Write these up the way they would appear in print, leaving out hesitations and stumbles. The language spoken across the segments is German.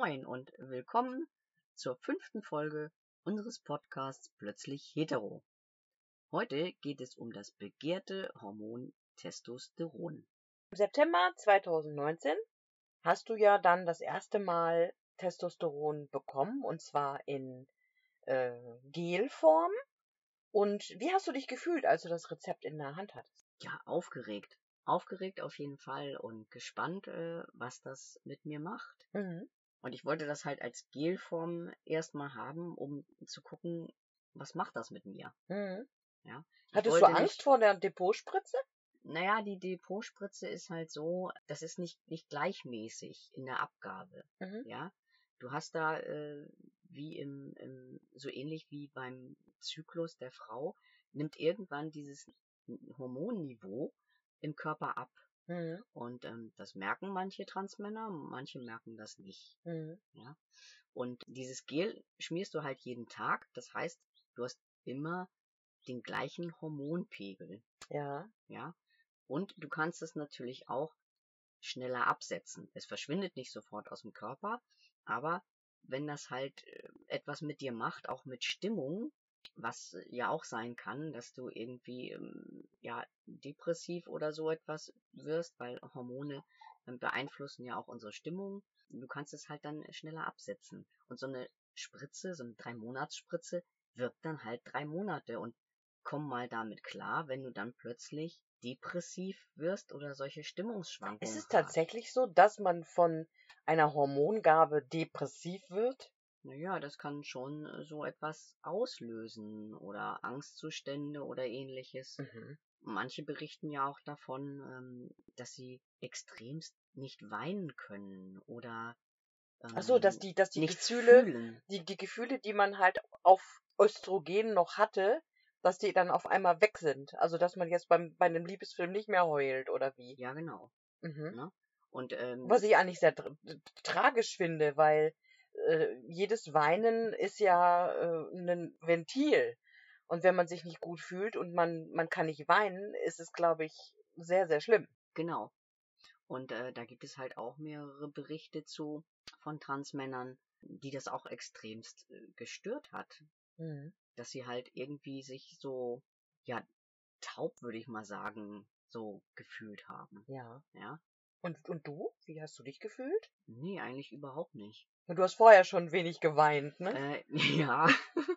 Moin und willkommen zur 5. Folge unseres Podcasts Plötzlich Hetero. Heute geht es um das begehrte Hormon Testosteron. Im September 2019 hast du ja dann das erste Mal Testosteron bekommen, und zwar in Gelform. Und wie hast du dich gefühlt, als du das Rezept in der Hand hattest? Ja, aufgeregt. Aufgeregt auf jeden Fall und gespannt, was das mit mir macht. Mhm. Und ich wollte das halt als Gelform erstmal haben, um zu gucken, was macht das mit mir. Mhm. Ja, ich Hattest du wollte Angst nicht, vor der Depotspritze? naja, die Depotspritze ist halt so, das ist nicht gleichmäßig in der Abgabe. Mhm. Ja, du hast da wie so ähnlich wie beim Zyklus der Frau, nimmt irgendwann dieses Hormonniveau im Körper ab. Mhm. Und das merken manche Transmänner, manche merken das nicht. Mhm. Ja, und dieses Gel schmierst du halt jeden Tag. Das heißt, du hast immer den gleichen Hormonpegel. Ja. Ja, und du kannst es natürlich auch schneller absetzen. Es verschwindet nicht sofort aus dem Körper, aber wenn das halt etwas mit dir macht, auch mit Stimmung, was ja auch sein kann, dass du irgendwie ja depressiv oder so etwas wirst, weil Hormone beeinflussen ja auch unsere Stimmung. Du kannst es halt dann schneller absetzen. Und so eine Spritze, so eine 3-Monats-Spritze, wirkt dann halt 3 Monate und komm mal damit klar, wenn du dann plötzlich depressiv wirst oder solche Ist Stimmungsschwankungen es hast. tatsächlich so, dass man von einer Hormongabe depressiv wird? Naja, das kann schon so etwas auslösen oder Angstzustände oder ähnliches. Mhm. Manche berichten ja auch davon, dass sie extremst nicht weinen können oder Ach so, dass die nichts Gefühle, fühlen. die Gefühle, die man halt auf Östrogen noch hatte, dass die dann auf einmal weg sind. Also, dass man jetzt bei einem Liebesfilm nicht mehr heult oder wie? Ja, genau. Mhm. Ne? Und Was ich eigentlich sehr tragisch finde, weil jedes Weinen ist ja 'nen Ventil. Und wenn man sich nicht gut fühlt und man kann nicht weinen, ist es, glaube ich, sehr, sehr schlimm. genau. Und da gibt es halt auch mehrere Berichte zu von Transmännern, die das auch extremst gestört hat, Mhm. dass sie halt irgendwie sich so, ja, taub, würde ich mal sagen, so gefühlt haben. Ja. Ja? Und du? Wie hast du dich gefühlt? Nee, eigentlich überhaupt nicht. Du hast vorher schon wenig geweint, ne? Ja.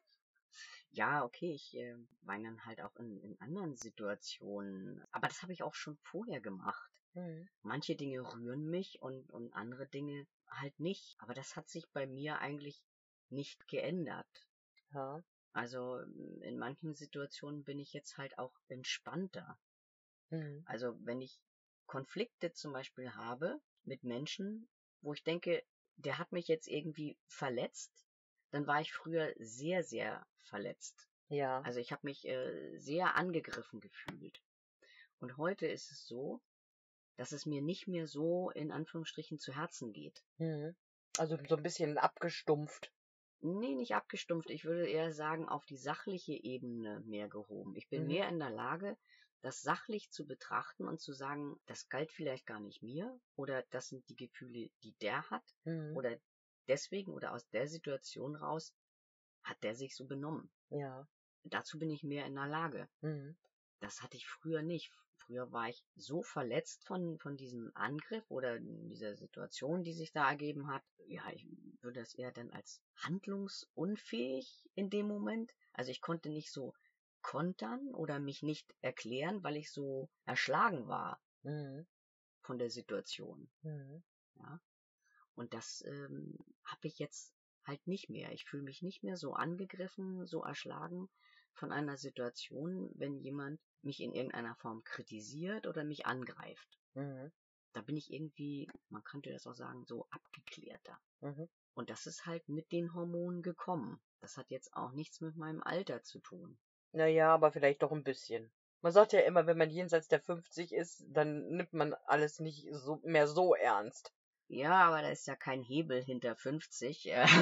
Ja, okay, ich weine dann halt auch in anderen Situationen. Aber das habe ich auch schon vorher gemacht. Mhm. Manche Dinge rühren mich und andere Dinge halt nicht. Aber das hat sich bei mir eigentlich nicht geändert. Ja. Also in manchen Situationen bin ich jetzt halt auch entspannter. Mhm. Also wenn ich Konflikte zum Beispiel habe mit Menschen, wo ich denke, der hat mich jetzt irgendwie verletzt, dann war ich früher sehr, sehr verletzt. Ja. Also ich habe mich sehr angegriffen gefühlt. Und heute ist es so, dass es mir nicht mehr so in Anführungsstrichen zu Herzen geht. Mhm. Also so ein bisschen abgestumpft. Nee, nicht abgestumpft. Ich würde eher sagen, auf die sachliche Ebene mehr gehoben. Ich bin Mhm. mehr in der Lage, das sachlich zu betrachten und zu sagen, das galt vielleicht gar nicht mir oder das sind die Gefühle, die der hat Mhm. oder deswegen oder aus der Situation raus hat der sich so benommen. Ja. Dazu bin ich mehr in der Lage. Mhm. Das hatte ich früher nicht. Früher war ich so verletzt von diesem Angriff oder dieser Situation, die sich da ergeben hat. Ja, ich würde das eher dann als handlungsunfähig in dem Moment. Also ich konnte nicht so kontern oder mich nicht erklären, weil ich so erschlagen war Mhm. von der Situation. Mhm. Ja, und das habe ich jetzt halt nicht mehr. Ich fühle mich nicht mehr so angegriffen, so erschlagen von einer Situation, wenn jemand mich in irgendeiner Form kritisiert oder mich angreift. Mhm. Da bin ich irgendwie, man könnte das auch sagen, so abgeklärter. Mhm. Und das ist halt mit den Hormonen gekommen. Das hat jetzt auch nichts mit meinem Alter zu tun. Na ja, aber vielleicht doch ein bisschen. Man sagt ja immer, wenn man jenseits der 50 ist, dann nimmt man alles nicht mehr so ernst. Ja, aber da ist ja kein Hebel hinter 50,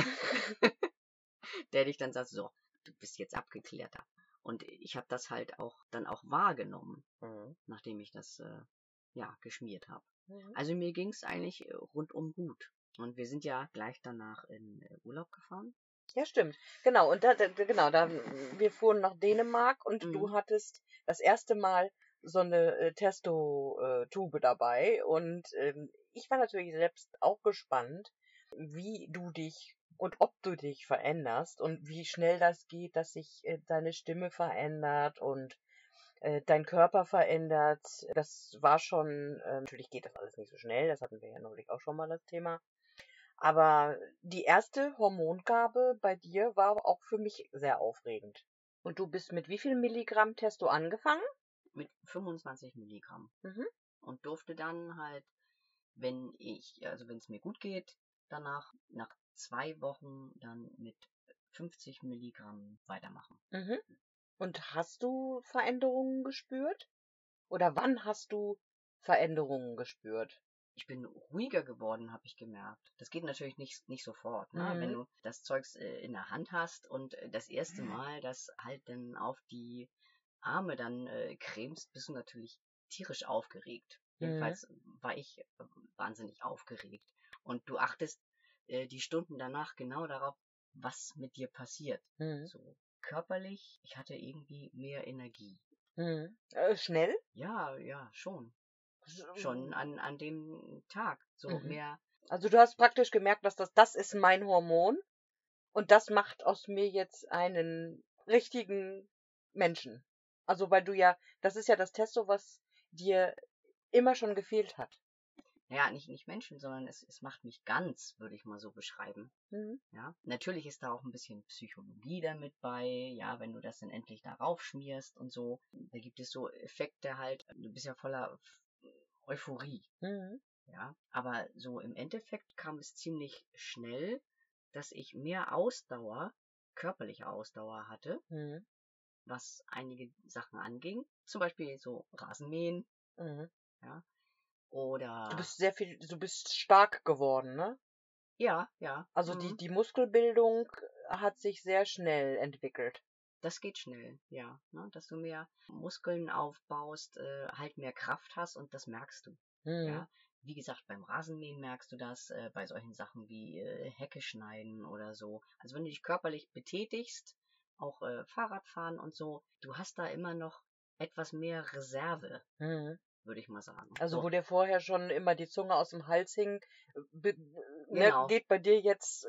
der dich dann sagt, so, du bist jetzt abgeklärter. Und ich habe das halt auch dann auch wahrgenommen, Mhm. nachdem ich das ja geschmiert habe. Mhm. Also mir ging es eigentlich rundum gut. Und wir sind ja gleich danach in Urlaub gefahren. Ja, stimmt. Genau, und wir fuhren nach Dänemark und du Mhm. hattest das erste Mal so eine Testo-Tube dabei. Und ich war natürlich selbst auch gespannt, wie du dich und ob du dich veränderst und wie schnell das geht, dass sich deine Stimme verändert und dein Körper verändert. Das war schon, natürlich geht das alles nicht so schnell, das hatten wir ja neulich auch schon mal das Thema. Aber die erste Hormongabe bei dir war auch für mich sehr aufregend. Und du bist mit wie viel Milligramm Testo angefangen? Mit 25 Milligramm. Mhm. Und durfte dann halt, wenn es mir gut geht, danach, nach 2 Wochen dann mit 50 Milligramm weitermachen. Mhm. Und hast du Veränderungen gespürt? Oder wann hast du Veränderungen gespürt? Ich bin ruhiger geworden, habe ich gemerkt. Das geht natürlich nicht sofort, ne? Wenn Mhm. du das Zeugs in der Hand hast und das erste Mal das halt dann auf die Arme dann cremst, bist du natürlich tierisch aufgeregt. Mhm. Jedenfalls war ich wahnsinnig aufgeregt. Und du achtest die Stunden danach genau darauf, was mit dir passiert. Mhm. So körperlich, ich hatte irgendwie mehr Energie. Mhm. Schnell? Ja, ja, schon. S- Schon an dem Tag. So Mhm. mehr. Also du hast praktisch gemerkt, dass das ist mein Hormon und das macht aus mir jetzt einen richtigen Menschen. Also weil du ja, das ist ja das Testo, was dir immer schon gefehlt hat. Naja, nicht Menschen, sondern es macht mich ganz, würde ich mal so beschreiben. Mhm. Ja, natürlich ist da auch ein bisschen Psychologie damit bei, ja, wenn du das dann endlich darauf schmierst und so. Da gibt es so Effekte halt, du bist ja voller Euphorie, Mhm. ja. Aber so im Endeffekt kam es ziemlich schnell, dass ich mehr Ausdauer, körperliche Ausdauer hatte, Mhm. was einige Sachen anging. Zum Beispiel so Rasenmähen, Mhm. ja. Du Oder, bist du bist stark geworden, ne? ja, ja. Also die Muskelbildung hat sich sehr schnell entwickelt. Das geht schnell, ja, ne? Dass du mehr Muskeln aufbaust, halt mehr Kraft hast und das merkst du. Mhm. Ja, wie gesagt, beim Rasenmähen merkst du das, bei solchen Sachen wie Hecke schneiden oder so. Also wenn du dich körperlich betätigst, auch Fahrradfahren und so, du hast da immer noch etwas mehr Reserve, Mhm. würde ich mal sagen. Also So, wo dir vorher schon immer die Zunge aus dem Hals hing, be- ne, genau, geht bei dir jetzt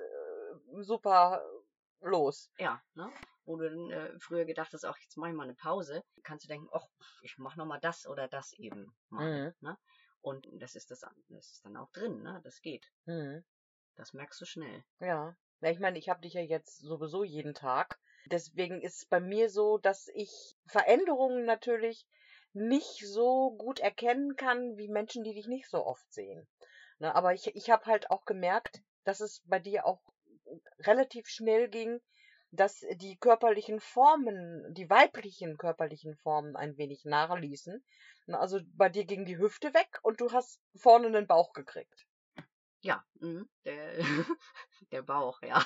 super los. ja, ne? Wo du dann früher gedacht hast, auch jetzt mache ich mal eine Pause, kannst du denken, ach, ich mache noch mal das oder das eben mal, Mhm. ne? Und das ist dann auch drin, ne? Das geht. Mhm. Das merkst du schnell. Ja. Ja, ich meine, ich habe dich ja jetzt sowieso jeden Tag. Deswegen ist es bei mir so, dass ich Veränderungen natürlich nicht so gut erkennen kann wie Menschen, die dich nicht so oft sehen. Ne, aber ich habe halt auch gemerkt, dass es bei dir auch relativ schnell ging, dass die körperlichen Formen, die weiblichen körperlichen Formen ein wenig nachließen. Ne, also bei dir ging die Hüfte weg und du hast vorne einen Bauch gekriegt. Ja, der Bauch, ja.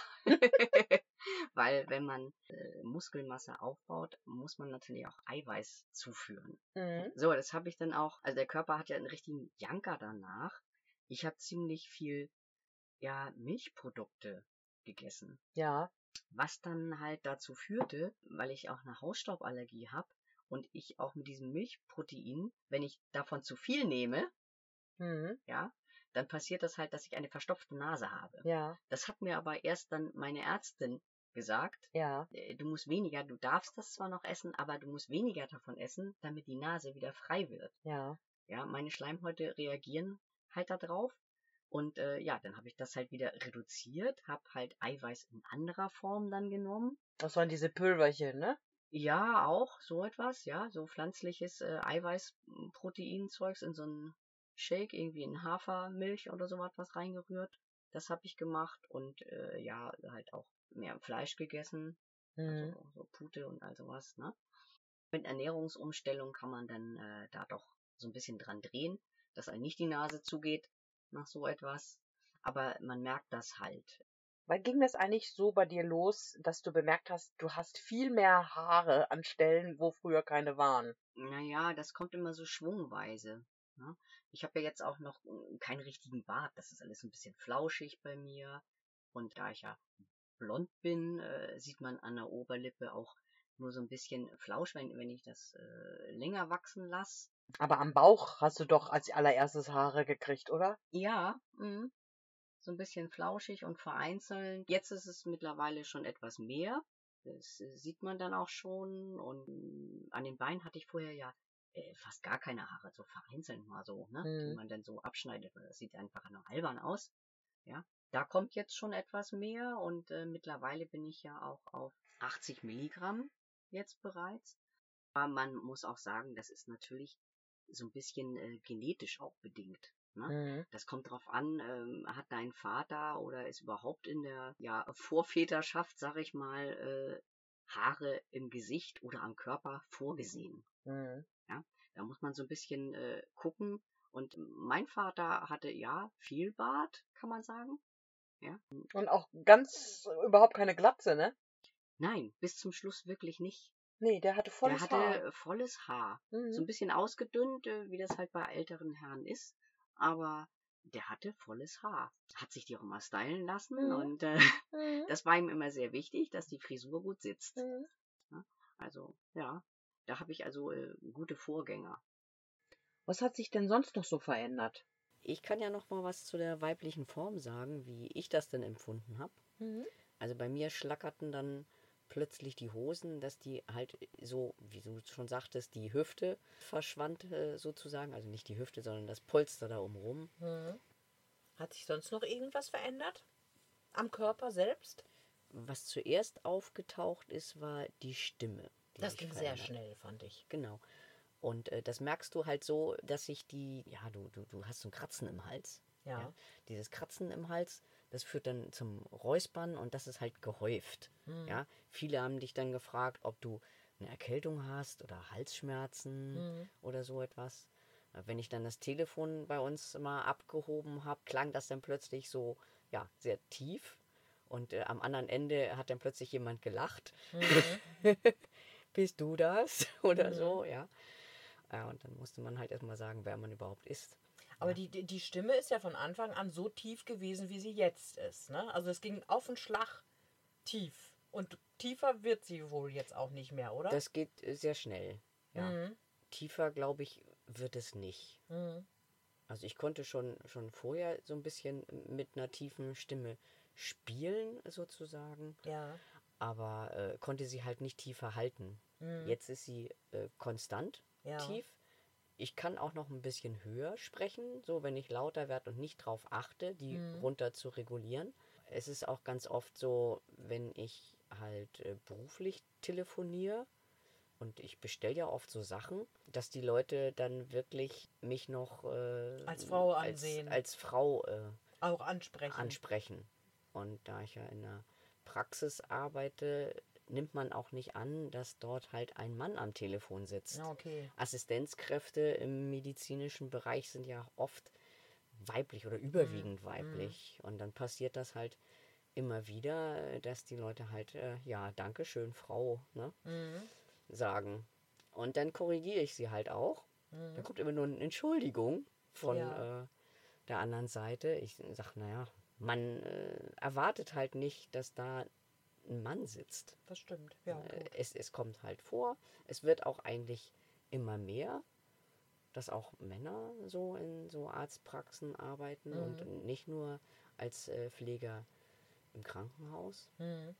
Weil wenn man Muskelmasse aufbaut, muss man natürlich auch Eiweiß zuführen. Mhm. So, das habe ich dann auch, also der Körper hat ja einen richtigen Janker danach. Ich habe ziemlich viel, ja, Milchprodukte gegessen. Ja. Was dann halt dazu führte, weil ich auch eine Hausstauballergie habe und ich auch mit diesem Milchprotein, wenn ich davon zu viel nehme, Mhm. ja, dann passiert das halt, dass ich eine verstopfte Nase habe. Ja. Das hat mir aber erst dann meine Ärztin gesagt, Ja. du musst weniger, du darfst das zwar noch essen, aber du musst weniger davon essen, damit die Nase wieder frei wird. Ja. Ja, meine Schleimhäute reagieren halt da drauf. Und ja, dann habe ich das halt wieder reduziert, habe halt Eiweiß in anderer Form dann genommen. Das waren diese Pülverchen, ne? Ja, auch so etwas, ja, so pflanzliches Eiweiß-Proteinzeugs in so einen Shake, irgendwie in Hafermilch oder sowas was reingerührt. Das habe ich gemacht und ja, halt auch mehr Fleisch gegessen, Mhm. also so Pute und all sowas, ne? Mit Ernährungsumstellung kann man dann da doch so ein bisschen dran drehen, dass einem nicht die Nase zugeht nach so etwas. Aber man merkt das halt. Wann ging das eigentlich so bei dir los, dass du bemerkt hast, du hast viel mehr Haare an Stellen, wo früher keine waren? Naja, das kommt immer so schwungweise. Ne? Ich habe ja jetzt auch noch keinen richtigen Bart. Das ist alles ein bisschen flauschig bei mir. Und da ich ja blond bin, sieht man an der Oberlippe auch nur so ein bisschen Flausch, wenn ich das länger wachsen lasse. Aber am Bauch hast du doch als allererstes Haare gekriegt, oder? Ja, so ein bisschen flauschig und vereinzelt. Jetzt ist es mittlerweile schon etwas mehr. Das sieht man dann auch schon. Und an den Beinen hatte ich vorher ja fast gar keine Haare, so vereinzelt mal so, ne? Die man dann so abschneidet. Das sieht einfach nur albern aus. Ja, da kommt jetzt schon etwas mehr und mittlerweile bin ich ja auch auf 80 Milligramm jetzt bereits. Aber man muss auch sagen, das ist natürlich so ein bisschen genetisch auch bedingt. Ne? Mhm. Das kommt drauf an, hat dein Vater oder ist überhaupt in der Vorväterschaft, sag ich mal, Haare im Gesicht oder am Körper vorgesehen. Mhm. Ja? Da muss man so ein bisschen gucken. Und mein Vater hatte ja viel Bart, kann man sagen. Ja? Und auch ganz überhaupt keine Glatze, ne? Nein, bis zum Schluss wirklich nicht. Nee, der hatte Der volles Haar. hatte volles Haar. So Mhm. ein bisschen ausgedünnt, wie das halt bei älteren Herren ist. Aber der hatte volles Haar. Hat sich die auch immer stylen lassen Mhm. und Mhm. das war ihm immer sehr wichtig, dass die Frisur gut sitzt. Mhm. Ja, also, ja, da habe ich also gute Vorgänger. Was hat sich denn sonst noch so verändert? Ich kann ja noch mal was zu der weiblichen Form sagen, wie ich das denn empfunden habe. Mhm. Also bei mir schlackerten dann plötzlich die Hosen, dass die halt so, wie du schon sagtest, die Hüfte verschwand sozusagen. Also nicht die Hüfte, sondern das Polster da umrum. Mhm. Hat sich sonst noch irgendwas verändert? Am Körper selbst? Was zuerst aufgetaucht ist, war die Stimme. Die Das sich ging sehr verändert. schnell, fand ich. Genau. Und das merkst du halt so, dass sich du hast so ein Kratzen im Hals. Ja. Dieses Kratzen im Hals, das führt dann zum Räuspern und das ist halt gehäuft. Mhm. Ja, viele haben dich dann gefragt, ob du eine Erkältung hast oder Halsschmerzen oder so etwas. Wenn ich dann das Telefon bei uns mal abgehoben habe, klang das dann plötzlich so, ja, sehr tief. Und am anderen Ende hat dann plötzlich jemand gelacht. Bist du das? Oder so, ja. Ja, und dann musste man halt erstmal sagen, wer man überhaupt ist. Aber die Stimme ist ja von Anfang an so tief gewesen, wie sie jetzt ist. Ne? Also es ging auf den Schlag tief. Und tiefer wird sie wohl jetzt auch nicht mehr, oder? Das geht sehr schnell. Ja. Tiefer, glaube ich, wird es nicht. Also ich konnte schon vorher so ein bisschen mit einer tiefen Stimme spielen, sozusagen. Ja. Aber konnte sie halt nicht tiefer halten. Jetzt ist sie konstant tief. Ich kann auch noch ein bisschen höher sprechen, so wenn ich lauter werde und nicht drauf achte, die runter zu regulieren. Es ist auch ganz oft so, wenn ich halt beruflich telefoniere und ich bestelle ja oft so Sachen, dass die Leute dann wirklich mich noch Als Frau ansehen. als Frau Auch ansprechen. ansprechen. Und da ich ja in der Praxis arbeite, nimmt man auch nicht an, dass dort halt ein Mann am Telefon sitzt. Ja, okay. Assistenzkräfte im medizinischen Bereich sind ja oft weiblich oder überwiegend weiblich. Und dann passiert das halt immer wieder, dass die Leute halt, ja, danke schön, Frau, ne, sagen. Und dann korrigiere ich sie halt auch. Dann kommt immer nur eine Entschuldigung von der anderen Seite. Ich sage, naja, man erwartet halt nicht, dass da ein Mann sitzt. Das stimmt. Ja, gut. Es kommt halt vor. Es wird auch eigentlich immer mehr, dass auch Männer so in so Arztpraxen arbeiten und nicht nur als Pfleger im Krankenhaus.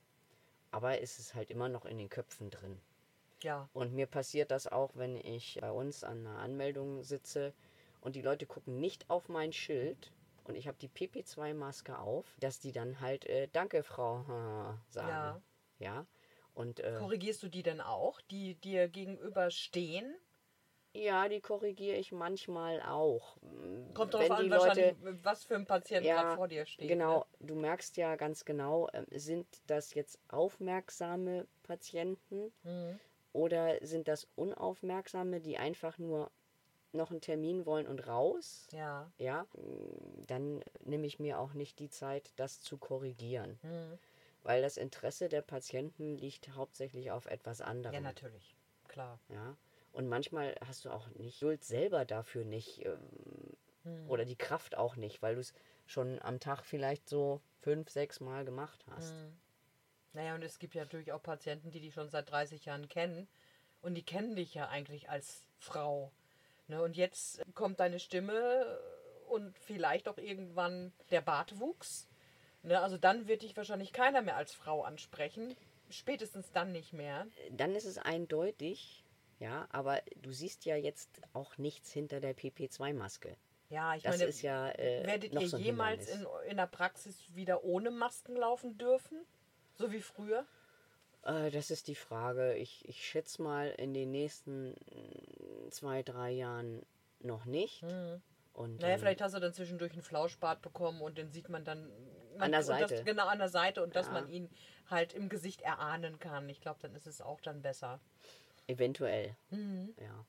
Aber es ist halt immer noch in den Köpfen drin. Ja. Und mir passiert das auch, wenn ich bei uns an einer Anmeldung sitze und die Leute gucken nicht auf mein Schild und ich habe die PP2-Maske auf, dass die dann halt Danke, Frau sagen. Ja. Und Korrigierst du die denn auch, die dir gegenüber stehen? ja, die korrigiere ich manchmal auch. Kommt drauf Wenn an, die wahrscheinlich, Leute, was für ein Patient gerade vor dir steht. genau, Ne? du merkst ja ganz genau, sind das jetzt aufmerksame Patienten oder sind das unaufmerksame, die einfach nur noch einen Termin wollen und raus? Ja. Ja, dann nehme ich mir auch nicht die Zeit, das zu korrigieren. Weil das Interesse der Patienten liegt hauptsächlich auf etwas anderem. Ja, natürlich. Klar. Ja. Und manchmal hast du auch nicht Geduld selber dafür nicht oder die Kraft auch nicht, weil du es schon am Tag vielleicht so 5, 6 Mal gemacht hast. Naja, und es gibt ja natürlich auch Patienten, die dich schon seit 30 Jahren kennen. Und die kennen dich ja eigentlich als Frau. Ne? Und jetzt kommt deine Stimme und vielleicht auch irgendwann der Bartwuchs. Ne? Also dann wird dich wahrscheinlich keiner mehr als Frau ansprechen. Spätestens dann nicht mehr. Dann ist es eindeutig, ja, aber du siehst ja jetzt auch nichts hinter der PP2-Maske. Ja, ich Das meine, ist ja werdet noch ihr so ein jemals Hindernis. in der Praxis wieder ohne Masken laufen dürfen? So wie früher? Das ist die Frage. Ich schätze mal in den nächsten 2, 3 Jahren noch nicht. Und Naja, vielleicht hast du dann zwischendurch einen Flauschbart bekommen und den sieht man dann an der und Seite. Das, genau an der Seite und dass Ja. man ihn halt im Gesicht erahnen kann. Ich glaube, dann ist es auch dann besser. Eventuell. Ja.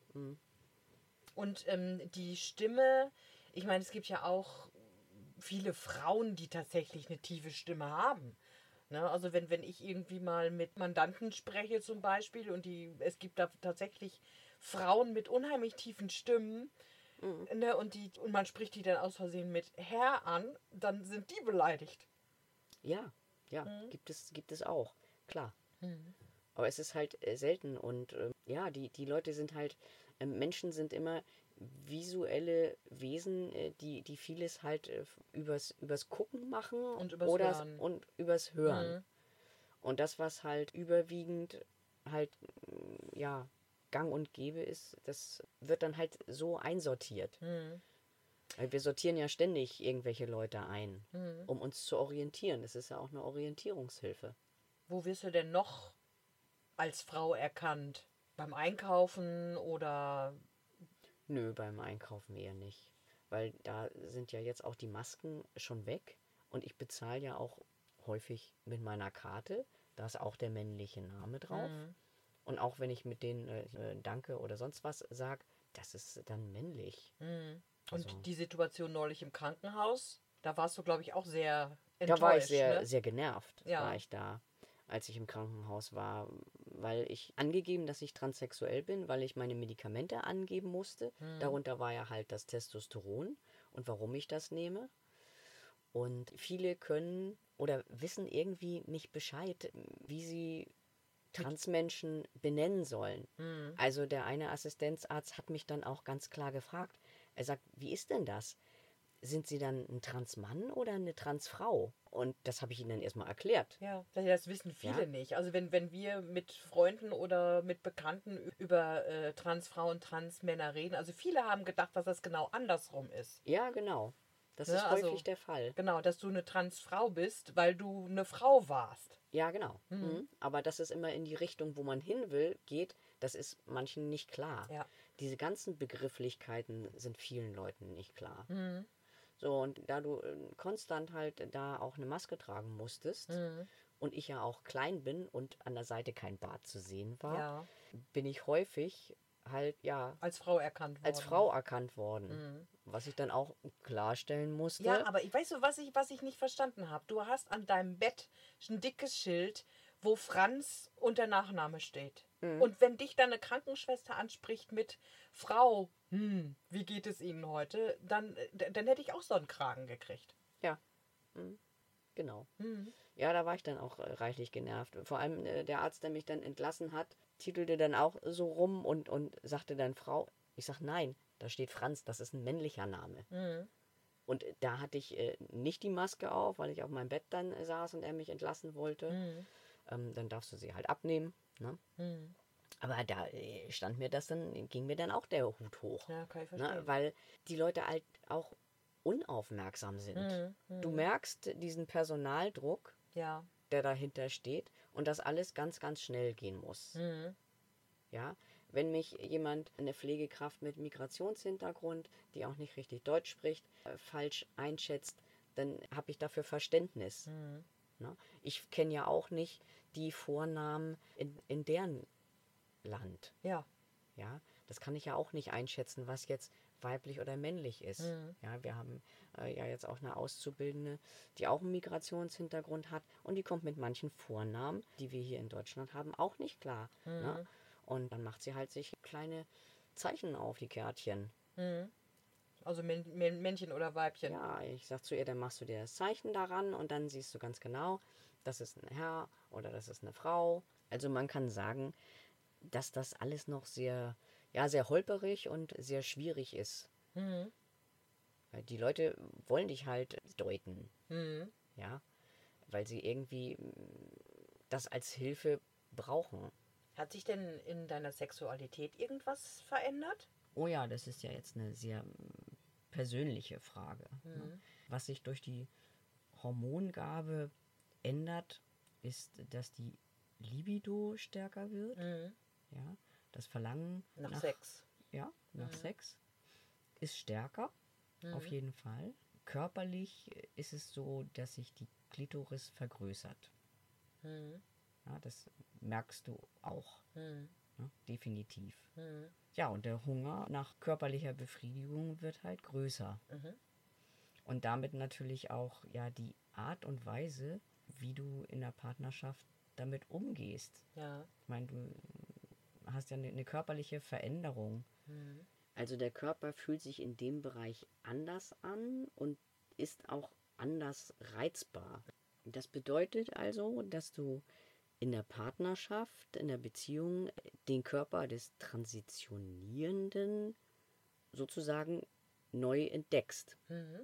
Und die Stimme, ich meine, es gibt ja auch viele Frauen, die tatsächlich eine tiefe Stimme haben. Ne? Also wenn ich irgendwie mal mit Mandanten spreche zum Beispiel und es gibt da tatsächlich Frauen mit unheimlich tiefen Stimmen, ne? Und man spricht die dann aus Versehen mit Herr an, dann sind die beleidigt. Ja, ja, gibt es auch, klar. Aber es ist halt selten und ja, die Leute sind halt, Menschen sind immer visuelle Wesen, die vieles halt übers Gucken machen Und übers Hören. und übers Hören. Und das, was halt überwiegend halt, ja, gang und gäbe ist, das wird dann halt so einsortiert. Weil wir sortieren ja ständig irgendwelche Leute ein, um uns zu orientieren. Das ist ja auch eine Orientierungshilfe. Wo wirst du denn noch als Frau erkannt? Beim Einkaufen oder... Nö, beim Einkaufen eher nicht. Weil da sind ja jetzt auch die Masken schon weg und ich bezahle ja auch häufig mit meiner Karte. Da ist auch der männliche Name drauf. Und auch wenn ich mit denen Danke oder sonst was sage, das ist dann männlich. Also, Und die Situation neulich im Krankenhaus, da warst du, glaube ich, auch sehr da war ich enttäuscht. sehr, Ne? sehr genervt, Ja. war ich da, als ich im Krankenhaus war, weil ich angegeben, dass ich transsexuell bin, weil ich meine Medikamente angeben musste. Darunter war ja halt das Testosteron und warum ich das nehme. Und viele können oder wissen irgendwie nicht Bescheid, wie sie Transmenschen benennen sollen. Also der eine Assistenzarzt hat mich dann auch ganz klar gefragt. Er sagt, wie ist denn das? Sind Sie dann ein Transmann oder eine Transfrau? Und das habe ich Ihnen dann erstmal erklärt. Ja, das wissen viele Ja. nicht. Also wenn wir mit Freunden oder mit Bekannten über Transfrauen, Transmänner reden, also viele haben gedacht, dass das genau andersrum ist. Ja, genau. Das Ne, ist also- häufig der Fall. Genau, dass du eine Transfrau bist, weil du eine Frau warst. Ja, genau. Aber dass es immer in die Richtung, wo man hin will, geht, das ist manchen nicht klar. Ja. Diese ganzen Begrifflichkeiten sind vielen Leuten nicht klar. So, und da du konstant halt da auch eine Maske tragen musstest und ich ja auch klein bin und an der Seite kein Bart zu sehen war, Ja. bin ich häufig halt, ja, Als Frau erkannt worden. als Frau erkannt worden. Was ich dann auch klarstellen musste. Ja, aber weißt du, was ich nicht verstanden habe? Du hast an deinem Bett ein dickes Schild, wo Franz und der Nachname steht. Und wenn dich dann eine Krankenschwester anspricht mit Frau, wie geht es Ihnen heute, dann hätte ich auch so einen Kragen gekriegt. Ja, genau. Ja, da war ich dann auch reichlich genervt. Vor allem der Arzt, der mich dann entlassen hat, titelte dann auch so rum und sagte dann Frau. Ich sag nein, da steht Franz, das ist ein männlicher Name. Und da hatte ich nicht die Maske auf, weil ich auf meinem Bett dann saß und er mich entlassen wollte. Dann darfst du sie halt abnehmen. Ne? Aber da stand mir das dann, ging mir dann auch der Hut hoch. Ja, kann ich Ne? verstehen. Weil die Leute halt auch unaufmerksam sind. Du merkst diesen Personaldruck, Ja. der dahinter steht und dass alles ganz, ganz schnell gehen muss. Ja, wenn mich jemand, eine Pflegekraft mit Migrationshintergrund, die auch nicht richtig Deutsch spricht, falsch einschätzt, dann habe ich dafür Verständnis. Ne? Ich kenne ja auch nicht die Vornamen in deren Land. Ja. Ja, das kann ich ja auch nicht einschätzen, was jetzt weiblich oder männlich ist. Ja, wir haben ja jetzt auch eine Auszubildende, die auch einen Migrationshintergrund hat und die kommt mit manchen Vornamen, die wir hier in Deutschland haben, auch nicht klar. Ne? Und dann macht sie halt sich kleine Zeichen auf die Kärtchen. Mhm. Also Männchen oder Weibchen. Ja, ich sag zu ihr, dann machst du dir das Zeichen daran und dann siehst du ganz genau, das ist ein Herr oder das ist eine Frau. Also man kann sagen, dass das alles noch sehr, ja, sehr holperig und sehr schwierig ist. Mhm. Weil die Leute wollen dich halt deuten, Mhm. ja, weil sie irgendwie das als Hilfe brauchen. Hat sich denn in deiner Sexualität irgendwas verändert? Oh ja, das ist ja jetzt eine sehr persönliche Frage. Ne? Was sich durch die Hormongabe ändert, ist, dass die Libido stärker wird. Ja, das Verlangen Nach Sex. Ja, nach Sex ist stärker, auf jeden Fall. Körperlich ist es so, dass sich die Klitoris vergrößert. Ja, das merkst du auch. Ne? Definitiv. Ja, und der Hunger nach körperlicher Befriedigung wird halt größer. Und damit natürlich auch ja die Art und Weise, wie du in der Partnerschaft damit umgehst. Ja. Ich meine, du hast ja eine körperliche Veränderung. Also der Körper fühlt sich in dem Bereich anders an und ist auch anders reizbar. Das bedeutet also, dass du in der Partnerschaft, in der Beziehung den Körper des Transitionierenden sozusagen neu entdeckst.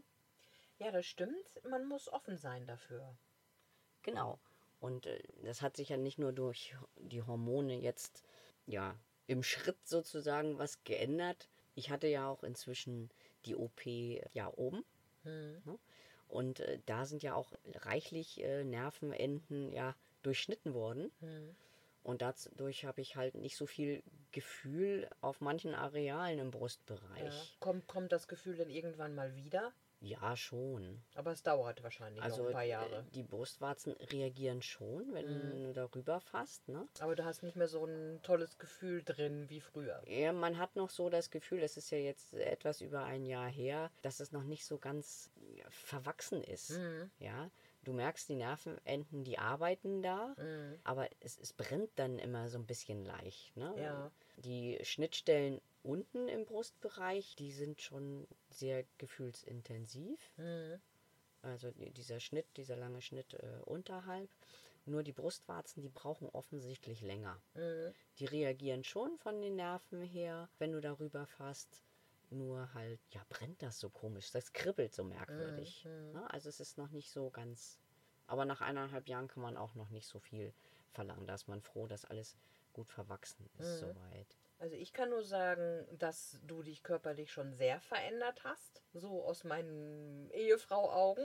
Ja, das stimmt. Man muss offen sein dafür. Genau. Und das hat sich ja nicht nur durch die Hormone jetzt ja im Schritt sozusagen was geändert. Ich hatte ja auch inzwischen die OP ja oben. Ne? Und da sind ja auch reichlich Nervenenden ja durchschnitten worden. Und dadurch habe ich halt nicht so viel Gefühl auf manchen Arealen im Ja. Brustbereich. Kommt das Gefühl dann irgendwann mal wieder? Ja, schon. Aber es dauert wahrscheinlich noch Also ein paar Jahre. die Brustwarzen reagieren schon, wenn du darüber fasst. Ne? Aber du hast nicht mehr so ein tolles Gefühl drin wie früher. Ja, man hat noch so das Gefühl, das ist ja jetzt etwas über ein Jahr her, dass es noch nicht so ganz verwachsen ist. Ja, du merkst, die Nervenenden, die arbeiten da, aber es brennt dann immer so ein bisschen leicht. Ne? Ja. Die Schnittstellen unten im Brustbereich, die sind schon sehr gefühlsintensiv. Also dieser Schnitt, dieser lange Schnitt unterhalb. Nur die Brustwarzen, die brauchen offensichtlich länger. Die reagieren schon von den Nerven her, wenn du darüber fasst. Nur halt, ja, brennt das so komisch. Das kribbelt so merkwürdig. Ne? Also es ist noch nicht so ganz... Aber nach 1,5 Jahren kann man auch noch nicht so viel verlangen. Da ist man froh, dass alles gut verwachsen ist soweit. Also ich kann nur sagen, dass du dich körperlich schon sehr verändert hast. So aus meinen Ehefrau-Augen.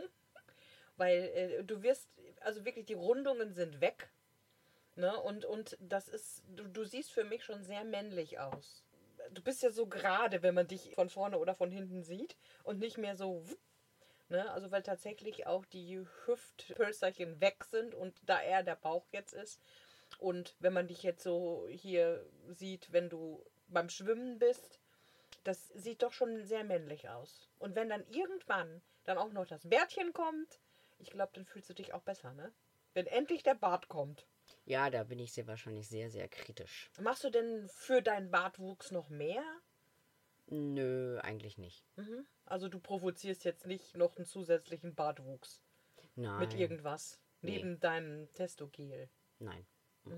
Weil du wirst, also wirklich die Rundungen sind weg. Ne? Und das ist, du siehst für mich schon sehr männlich aus. Du bist ja so gerade, wenn man dich von vorne oder von hinten sieht und nicht mehr so, ne? Also weil tatsächlich auch die Hüftpölsterchen weg sind und da eher der Bauch jetzt ist. Und wenn man dich jetzt so hier sieht, wenn du beim Schwimmen bist, das sieht doch schon sehr männlich aus. Und wenn dann irgendwann dann auch noch das Bärtchen kommt, ich glaube, dann fühlst du dich auch besser, ne? Wenn endlich der Bart kommt. Ja, da bin ich sehr wahrscheinlich sehr, sehr kritisch. Machst du denn für deinen Bartwuchs noch mehr? Nö, eigentlich nicht. Also du provozierst jetzt nicht noch einen zusätzlichen Bartwuchs Nein. mit irgendwas neben deinem Testogel. Nein.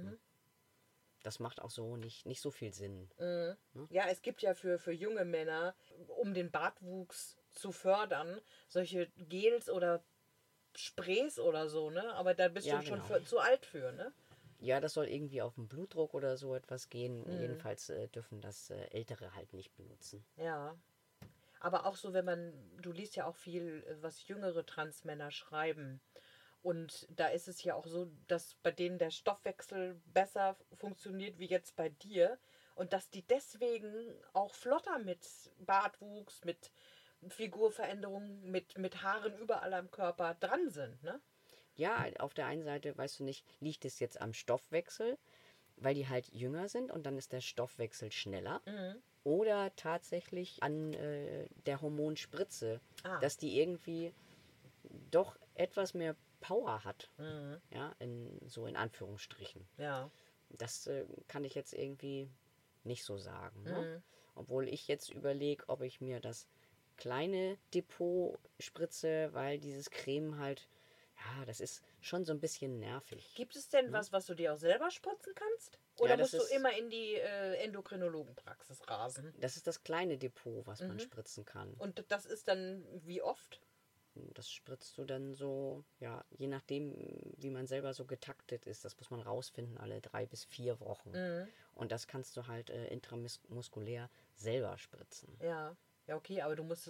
Das macht auch so nicht so viel Sinn. Ja, es gibt ja für junge Männer, um den Bartwuchs zu fördern, solche Gels oder Sprays oder so, ne? Aber da bist Ja, du schon genau. zu alt für, ne? Ja, das soll irgendwie auf den Blutdruck oder so etwas gehen. Jedenfalls dürfen das Ältere halt nicht benutzen. Ja. Aber auch so, du liest ja auch viel, was jüngere Transmänner schreiben. Und da ist es ja auch so, dass bei denen der Stoffwechsel besser funktioniert wie jetzt bei dir. Und dass die deswegen auch flotter mit Bartwuchs, mit Figurveränderungen, mit Haaren überall am Körper dran sind, ne? Ja, auf der einen Seite, weißt du nicht, liegt es jetzt am Stoffwechsel, weil die halt jünger sind und dann ist der Stoffwechsel schneller. Oder tatsächlich an der Hormonspritze, dass die irgendwie doch etwas mehr Power hat. Ja, so in Anführungsstrichen. Ja. Das kann ich jetzt irgendwie nicht so sagen. Ne? Obwohl ich jetzt überlege, ob ich mir das kleine Depot spritze, weil dieses Creme halt, ja, das ist schon so ein bisschen nervig. Gibt es denn was du dir auch selber spritzen kannst? Oder das musst du ist- immer in die Endokrinologenpraxis rasen? Das ist das kleine Depot, was man spritzen kann. Und das ist dann wie oft? Das spritzt du dann so, ja, je nachdem, wie man selber so getaktet ist. Das muss man rausfinden, alle 3 bis 4 Wochen. Und das kannst du halt intramuskulär selber spritzen. Ja. Ja, okay, aber du musst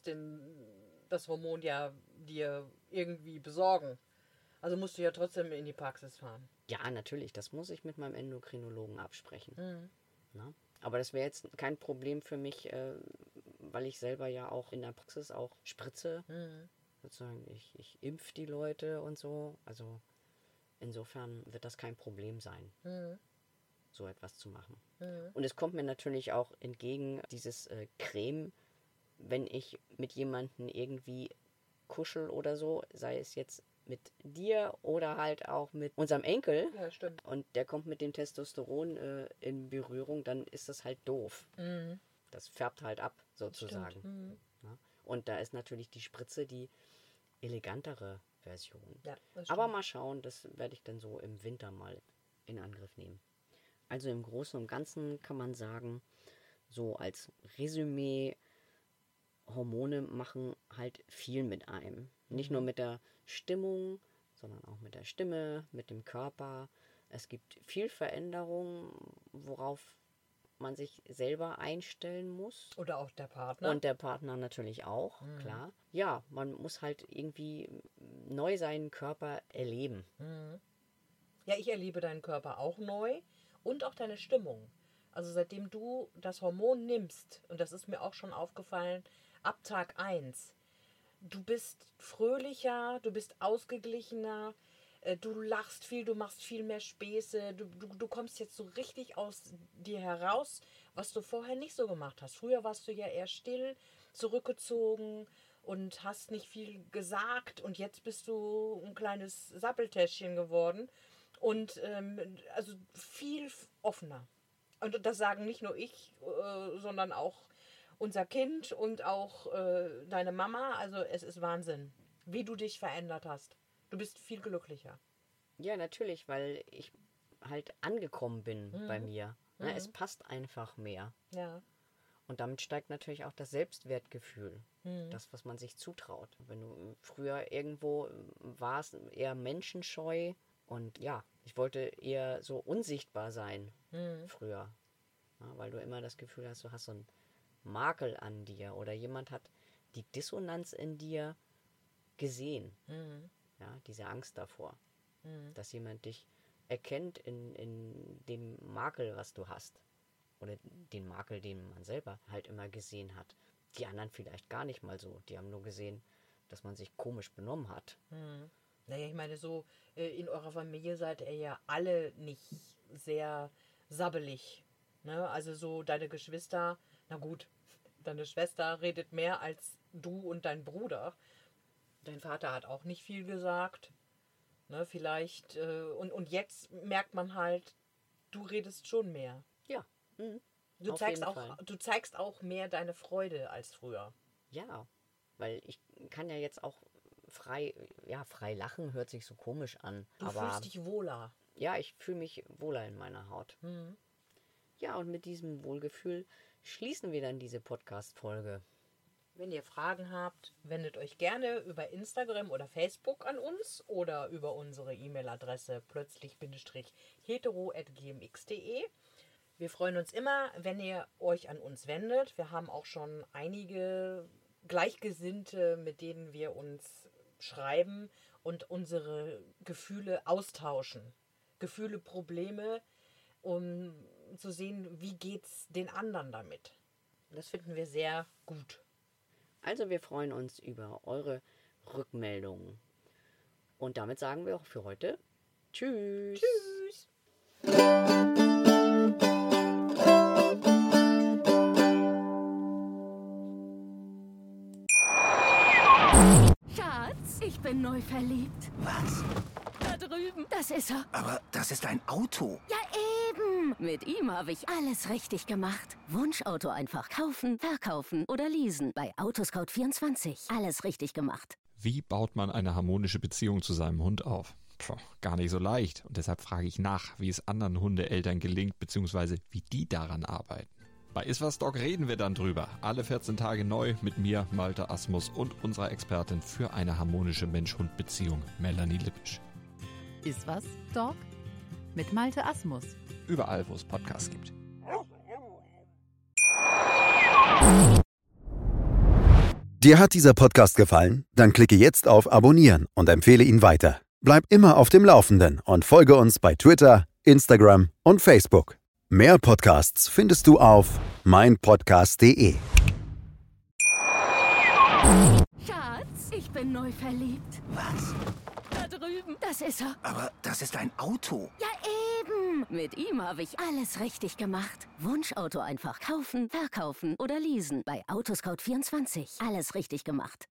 das Hormon ja dir irgendwie besorgen. Also musst du ja trotzdem in die Praxis fahren. Ja, natürlich, das muss ich mit meinem Endokrinologen absprechen. Na? Aber das wäre jetzt kein Problem für mich, weil ich selber ja auch in der Praxis auch spritze. Sozusagen, ich impfe die Leute und so. Also insofern wird das kein Problem sein, so etwas zu machen. Und es kommt mir natürlich auch entgegen, dieses Creme, wenn ich mit jemandem irgendwie kuschel oder so, sei es jetzt mit dir oder halt auch mit unserem Enkel, Ja, stimmt. und der kommt mit dem Testosteron in Berührung, dann ist das halt doof. Das färbt halt ab, sozusagen. Ja? Und da ist natürlich die Spritze die elegantere Version. Ja, das Aber stimmt. mal schauen, das werde ich dann so im Winter mal in Angriff nehmen. Also im Großen und Ganzen kann man sagen, so als Resümee, Hormone machen halt viel mit einem. Nicht nur mit der Stimmung, sondern auch mit der Stimme, mit dem Körper. Es gibt viel Veränderung, worauf man sich selber einstellen muss. Oder auch der Partner. Und der Partner natürlich auch, klar. Ja, man muss halt irgendwie neu seinen Körper erleben. Ja, ich erlebe deinen Körper auch neu und auch deine Stimmung. Also seitdem du das Hormon nimmst, und das ist mir auch schon aufgefallen, ab Tag 1, du bist fröhlicher, du bist ausgeglichener, du lachst viel, du machst viel mehr Späße, du kommst jetzt so richtig aus dir heraus, was du vorher nicht so gemacht hast. Früher warst du ja eher still, zurückgezogen und hast nicht viel gesagt, und jetzt bist du ein kleines Sappeltäschchen geworden und also viel offener. Und das sagen nicht nur ich, sondern auch unser Kind und auch deine Mama. Also es ist Wahnsinn, wie du dich verändert hast. Du bist viel glücklicher. Ja, natürlich, weil ich halt angekommen bin bei mir. Ne, es passt einfach mehr. Ja. Und damit steigt natürlich auch das Selbstwertgefühl. Das, was man sich zutraut. Wenn du früher irgendwo warst, eher menschenscheu. Und ja, ich wollte eher so unsichtbar sein früher. Ja, weil du immer das Gefühl hast, du hast so einen Makel an dir. Oder jemand hat die Dissonanz in dir gesehen. Ja, diese Angst davor. Dass jemand dich erkennt in dem Makel, was du hast. Oder den Makel, den man selber halt immer gesehen hat. Die anderen vielleicht gar nicht mal so. Die haben nur gesehen, dass man sich komisch benommen hat. Naja, ich meine, so in eurer Familie seid ihr ja alle nicht sehr sabbelig. Ne? Also so deine Geschwister, na gut, deine Schwester redet mehr als du und dein Bruder. Dein Vater hat auch nicht viel gesagt. Ne? Vielleicht, und jetzt merkt man halt, du redest schon mehr. Ja. Du Auf zeigst, jeden auch, Fall. du zeigst auch mehr deine Freude als früher. Ja, weil ich kann ja jetzt auch frei lachen, hört sich so komisch an. Du aber fühlst dich wohler. ja, ich fühle mich wohler in meiner Haut. Ja, und mit diesem Wohlgefühl schließen wir dann diese Podcast-Folge. Wenn ihr Fragen habt, wendet euch gerne über Instagram oder Facebook an uns oder über unsere E-Mail-Adresse plötzlich-hetero@gmx.de. Wir freuen uns immer, wenn ihr euch an uns wendet. Wir haben auch schon einige Gleichgesinnte, mit denen wir uns schreiben und unsere Gefühle austauschen. Gefühle, Probleme, um zu sehen, wie geht's den anderen damit. Das finden wir sehr gut. Also wir freuen uns über eure Rückmeldungen. Und damit sagen wir auch für heute Tschüss. Tschüss. Schatz, ich bin neu verliebt. Was? Da drüben. Das ist er. Aber das ist ein Auto. Ja, eben. Mit ihm habe ich alles richtig gemacht. Wunschauto einfach kaufen, verkaufen oder leasen. Bei Autoscout24. Alles richtig gemacht. Wie baut man eine harmonische Beziehung zu seinem Hund auf? Gar nicht so leicht. Und deshalb frage ich nach, wie es anderen Hundeeltern gelingt, beziehungsweise wie die daran arbeiten. Bei Iswas Dog reden wir dann drüber. Alle 14 Tage neu mit mir, Malte Asmus und unserer Expertin für eine harmonische Mensch-Hund-Beziehung, Melanie Lippisch. Iswas Dog mit Malte Asmus. Überall, wo es Podcasts gibt. Dir hat dieser Podcast gefallen? Dann klicke jetzt auf Abonnieren und empfehle ihn weiter. Bleib immer auf dem Laufenden und folge uns bei Twitter, Instagram und Facebook. Mehr Podcasts findest du auf meinpodcast.de. Schatz, ich bin neu verliebt. Was? Da drüben. Das ist er. Aber das ist ein Auto. Ja, eben. Mit ihm habe ich alles richtig gemacht. Wunschauto einfach kaufen, verkaufen oder leasen. Bei Autoscout24. Alles richtig gemacht.